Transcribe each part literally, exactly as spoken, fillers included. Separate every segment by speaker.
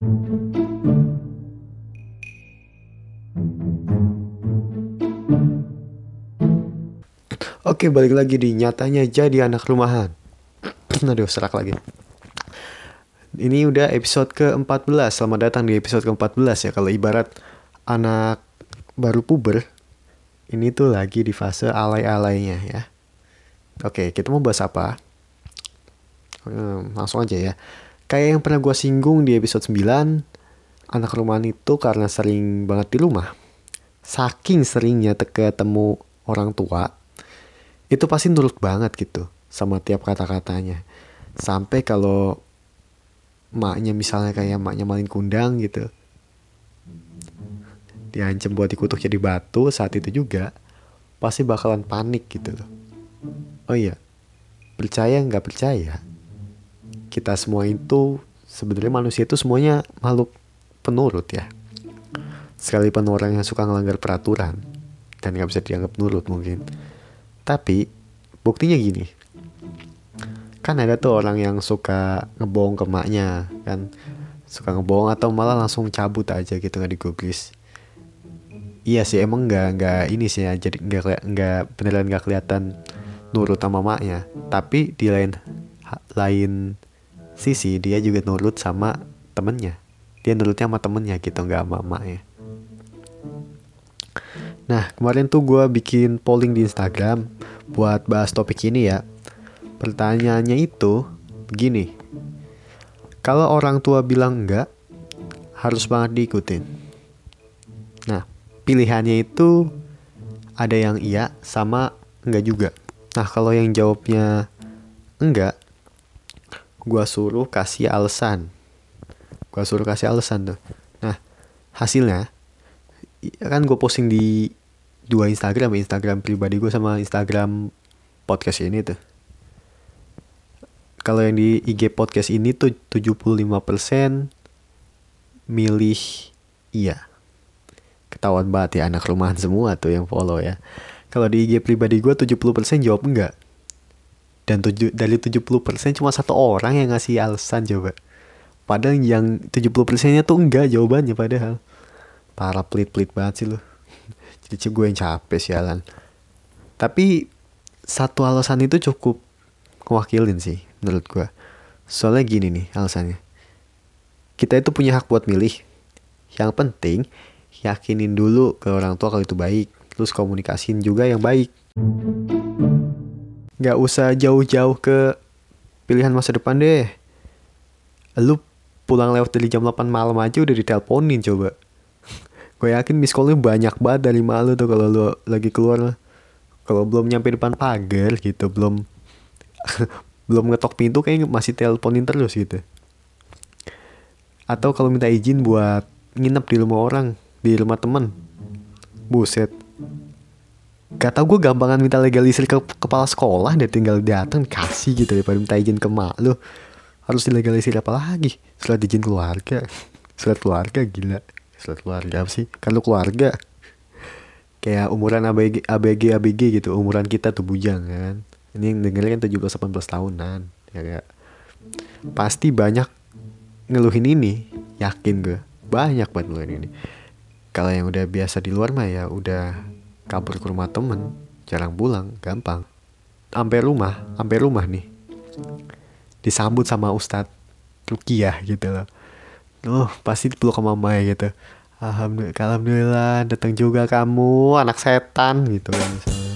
Speaker 1: Oke, balik lagi di Nyatanya Jadi Anak Rumahan. Aduh, serak lagi. Ini udah episode ke-empat belas. Selamat datang di episode ke-empat belas ya. Kalau ibarat anak baru puber, ini tuh lagi di fase alay-alaynya ya. Oke, kita mau bahas apa? Hmm, langsung aja ya. Kayak yang pernah gue singgung di episode sembilan, anak rumahan itu karena sering banget di rumah. Saking seringnya ketemu orang tua, itu pasti nurut banget gitu sama tiap kata-katanya. Sampai kalau maknya misalnya kayak maknya maling kundang gitu, diancam buat dikutuk jadi batu, saat itu juga pasti bakalan panik gitu loh. Oh iya, percaya nggak percaya, kita semua itu sebenarnya manusia itu semuanya makhluk penurut ya. Sekalipun orang yang suka ngelanggar peraturan dan nggak bisa dianggap nurut mungkin. Tapi buktinya gini, kan ada tuh orang yang suka ngebohong ke maknya kan, suka ngebohong atau malah langsung cabut aja gitu, nggak digubris. Iya sih, emang nggak nggak ini sih ya, jadi nggak keli- nggak beneran nggak kelihatan nurut sama maknya. Tapi di lain ha- lain sisi dia juga nurut sama temennya. Dia nurutnya sama temennya gitu, nggak sama maknya. Nah, kemarin tuh gue bikin polling di Instagram buat bahas topik ini ya. Pertanyaannya itu begini, kalau orang tua bilang enggak, harus banget diikutin. Nah, pilihannya itu ada yang iya sama enggak juga. Nah, kalau yang jawabnya enggak, gua suruh kasih alasan. Gua suruh kasih alasan tuh. Nah, hasilnya kan gue posting di dua Instagram, Instagram pribadi gue sama Instagram podcast ini tuh. Kalau yang di I G podcast ini tuh tujuh puluh lima persen milih iya. Ketahuan banget ya, anak rumahan semua tuh yang follow ya. Kalau di I G pribadi gue tujuh puluh persen jawab enggak. Dan tujuh, dari tujuh puluh persen cuma satu orang yang ngasih alasan coba. Padahal yang tujuh puluh persennya tuh enggak jawabannya padahal. Parah, pelit-pelit banget sih lu. Jadi gue yang capek sialan. Tapi satu alasan itu cukup mewakilin sih menurut gue. Soalnya gini nih alasannya. Kita itu punya hak buat milih. Yang penting yakinin dulu ke orang tua kalau itu baik. Terus komunikasiin juga yang baik. Gak usah jauh-jauh ke pilihan masa depan deh. Lu pulang lewat dari jam delapan malam aja udah diteleponin coba. Gue yakin miss call-nya banyak banget dari malu tuh kalau lu lagi keluar. Kalau belum nyampe depan pagar gitu, belum belum ngetok pintu kayak masih teleponin terus gitu. Atau kalau minta izin buat nginep di rumah orang, di rumah temen. Buset. Gak tau gue gampangan minta legalisir ke kepala sekolah deh, tinggal datang kasih gitu daripada minta izin ke mak lu. Harus dilegalisir apa lagi? Surat izin keluarga. Surat keluarga gila. Surat keluarga apa sih? Kan lu keluarga. Kayak umuran A B G, A B G, A B G gitu. Umuran kita tuh bujang kan. Ini yang dengerin kan tujuh belas delapan belas tahunan. Ya gak? Pasti banyak ngeluhin ini. Yakin gue. Banyak banget ngeluhin ini. Kalau yang udah biasa di luar mah ya udah kabur ke rumah temen. Jarang pulang. Gampang. Sampai rumah. Sampai rumah nih. Disambut sama Ustadz Rukiah gitu loh. Oh, pasti dipeluk sama mama ya gitu. Alhamdulillah, alhamdulillah datang juga kamu, anak setan gitu kan misalnya.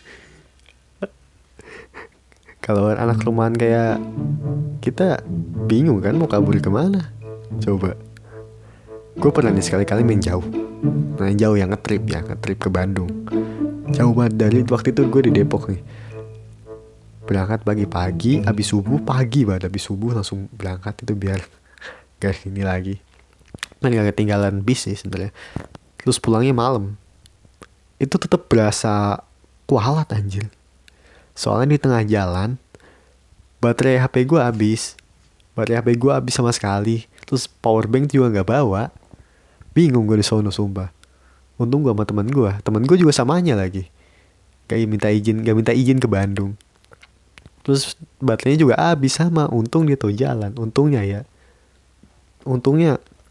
Speaker 1: Kalau anak rumahan kayak kita bingung kan mau kabur kemana. Coba. Gue pernah nih sekali-kali main jauh. Main jauh yang ngetrip ya, ngetrip ke Bandung. Jauh banget dari waktu itu gue di Depok nih. Berangkat pagi-pagi, abis subuh pagi banget, abis subuh langsung berangkat itu biar gak ini lagi. Kan gak ketinggalan bis sih sebenarnya. Terus pulangnya malam. Itu tetap berasa kualat anjir. Soalnya di tengah jalan baterai H P gue habis. Baterai H P gue habis sama sekali. Terus power bank juga nggak bawa. Bingung gue di sono sumpah. Untung gue sama teman gue. Teman gue juga samanya lagi. Kayak minta izin, gak minta izin ke Bandung. Terus baterainya juga habis sama. Untung dia tahu jalan. Untungnya ya. Untungnya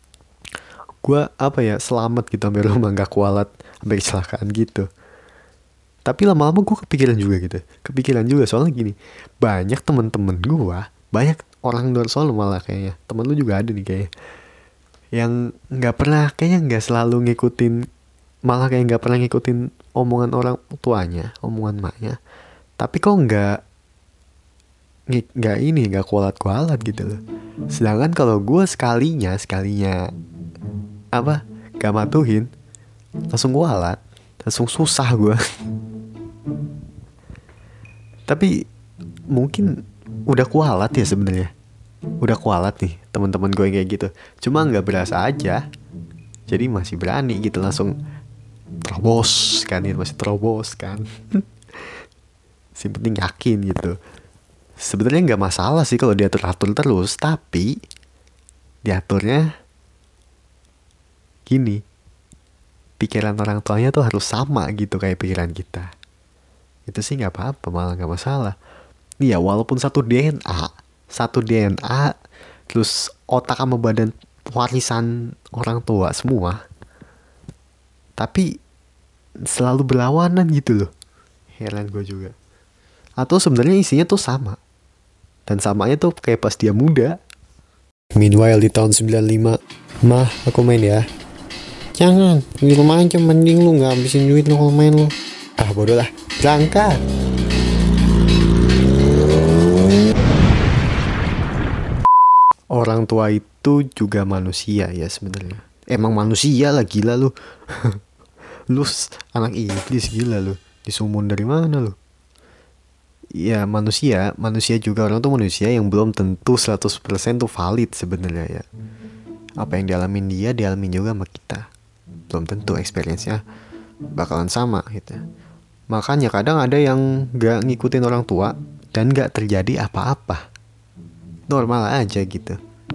Speaker 1: gue apa ya selamat gitu sampai rumah, nggak kualat sampai kecelakaan gitu. Tapi lama-lama gue kepikiran juga gitu, kepikiran juga soalnya gini, banyak temen-temen gue, banyak orang luar Solo malah kayaknya, temen lu juga ada nih kayaknya, yang nggak pernah, kayaknya nggak selalu ngikutin, malah kayak nggak pernah ngikutin omongan orang tuanya, omongan maknya, tapi kok nggak nggak ini nggak kualat-kualat gitu loh. Sedangkan kalau gue sekalinya sekalinya apa gak matuhin, langsung kualat, langsung susah gue. Tapi mungkin udah kualat ya sebenarnya, udah kualat nih teman-teman gue kayak gitu, cuma nggak berasa aja, jadi masih berani gitu langsung terobos kan, ya masih terobos kan. Si penting yakin gitu. Sebenarnya nggak masalah sih kalau diatur atur terus, tapi diaturnya gini, pikiran orang tuanya tuh harus sama gitu kayak pikiran kita. Itu sih nggak apa-apa, malah nggak masalah. Iya, walaupun satu D N A, satu D N A, terus otak sama badan warisan orang tua semua, tapi selalu berlawanan gitu loh. Heran gue juga. Atau sebenarnya isinya tuh sama, dan samanya tuh kayak pas dia muda. Meanwhile di tahun sembilan puluh lima, mah aku main ya. Jangan, di rumah aja mending lu nggak habisin duit lu kalau main lu. Ah bodoh lah, berangkat. Orang tua itu juga manusia ya sebenarnya. Emang manusia lah, gila lu. Lu anak iblis, gila lu. Disumun dari mana lu? Ya manusia, manusia juga, orang tuh manusia yang belum tentu seratus persen tuh valid sebenarnya ya. Apa yang dialamin dia, dialamin juga sama kita. Belum tentu experience-nya bakalan sama gitu. Makanya kadang ada yang gak ngikutin orang tua dan gak terjadi apa-apa. Normal aja gitu.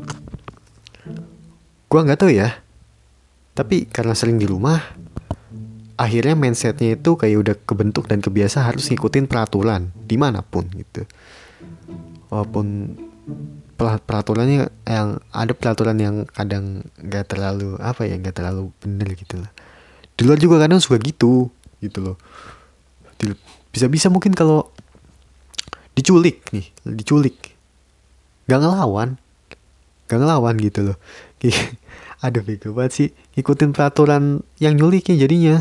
Speaker 1: Gua gak tahu ya. Tapi karena sering di rumah, akhirnya mindsetnya itu kayak udah kebentuk dan kebiasa harus ngikutin peraturan dimanapun gitu. Walaupun peraturannya yang ada, peraturan yang kadang nggak terlalu apa ya, nggak terlalu bener gitu lah. Di luar juga kadang suka gitu gitu loh. Bisa-bisa mungkin kalau diculik nih, diculik nggak ngelawan, nggak ngelawan gitu loh. Aduh bego banget sih ngikutin peraturan yang nyuliknya jadinya.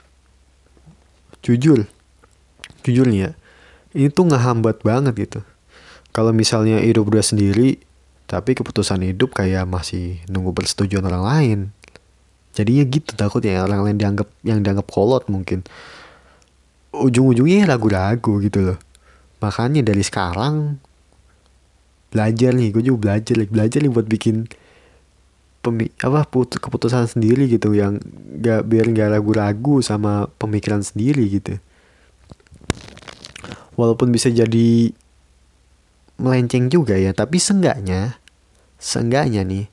Speaker 1: Jujur, jujur nih ya, ini tuh ngehambat banget gitu. Kalau misalnya hidup udah sendiri, tapi keputusan hidup kayak masih nunggu persetujuan orang lain. Jadinya gitu takutnya orang lain dianggap, yang dianggap kolot mungkin. Ujung-ujungnya ragu-ragu gitu loh. Makanya dari sekarang belajar nih, gue juga belajar, belajar nih buat bikin pemi apa put keputusan sendiri gitu, yang gak, biar nggak ragu-ragu sama pemikiran sendiri gitu. Walaupun bisa jadi melenceng juga ya, tapi seenggaknya seenggaknya nih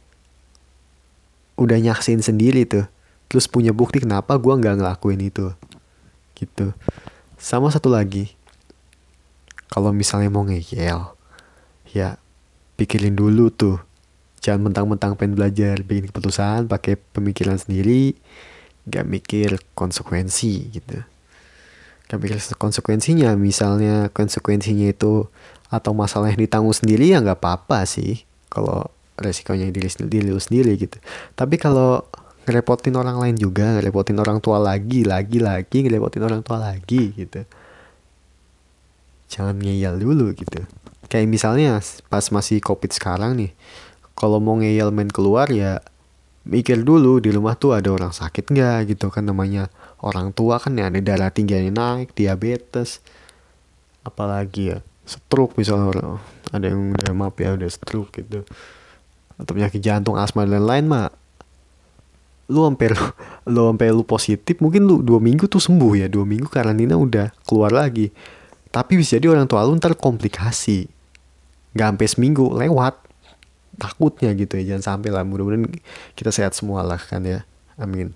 Speaker 1: udah nyaksin sendiri tuh, terus punya bukti kenapa gue nggak ngelakuin itu gitu. Sama satu lagi, kalau misalnya mau ngeyel ya pikirin dulu tuh, jangan mentang-mentang pengen belajar bikin keputusan pakai pemikiran sendiri, gak mikir konsekuensi gitu. Gak mikir konsekuensinya, misalnya konsekuensinya itu atau masalah yang ditanggung sendiri ya nggak apa-apa sih kalau resikonya diri sendiri lu sendiri gitu. Tapi kalau ngerepotin orang lain juga, ngerepotin orang tua lagi, lagi, lagi, ngerepotin orang tua lagi gitu, jangan ngeyel dulu gitu. Kayak misalnya pas masih covid sekarang nih, kalau mau ngeyel main keluar ya mikir dulu di rumah tuh ada orang sakit nggak gitu kan, namanya orang tua kan ya, ada darah tingginya naik, diabetes, apalagi ya stroke misalnya, orang ada yang udah maaf ya udah stroke gitu, atau penyakit jantung, asma dan lain mah, lu sampai lu, lu sampai lu positif mungkin lu dua minggu tuh sembuh ya, dua minggu karantina udah keluar lagi. Tapi bisa jadi orang tua lu ntar komplikasi, nggak sampai seminggu lewat, takutnya gitu ya, jangan sampai lah. Mudah-mudahan kita sehat semua lah kan ya, amin.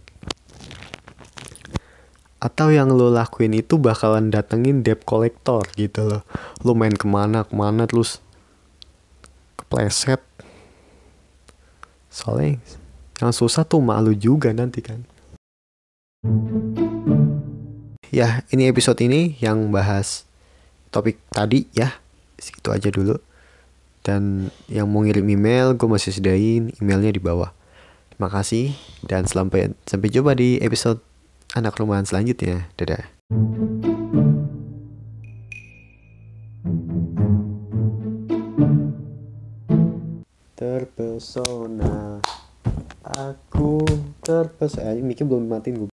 Speaker 1: Atau yang lo lakuin itu bakalan datengin debt collector gitu loh. Lo main kemana kemana terus kepleset. Soalnya Yang susah tuh malu juga nanti kan. Ya, ini episode ini yang bahas topik tadi ya. Segitu aja dulu. Dan yang mau ngirim email, gue masih sediain emailnya di bawah. Terima kasih dan sampai sampai jumpa di episode anak rumahan selanjutnya. Dadah. Terpesona, aku terpesona. Eh, mic-nya belum matiin gue.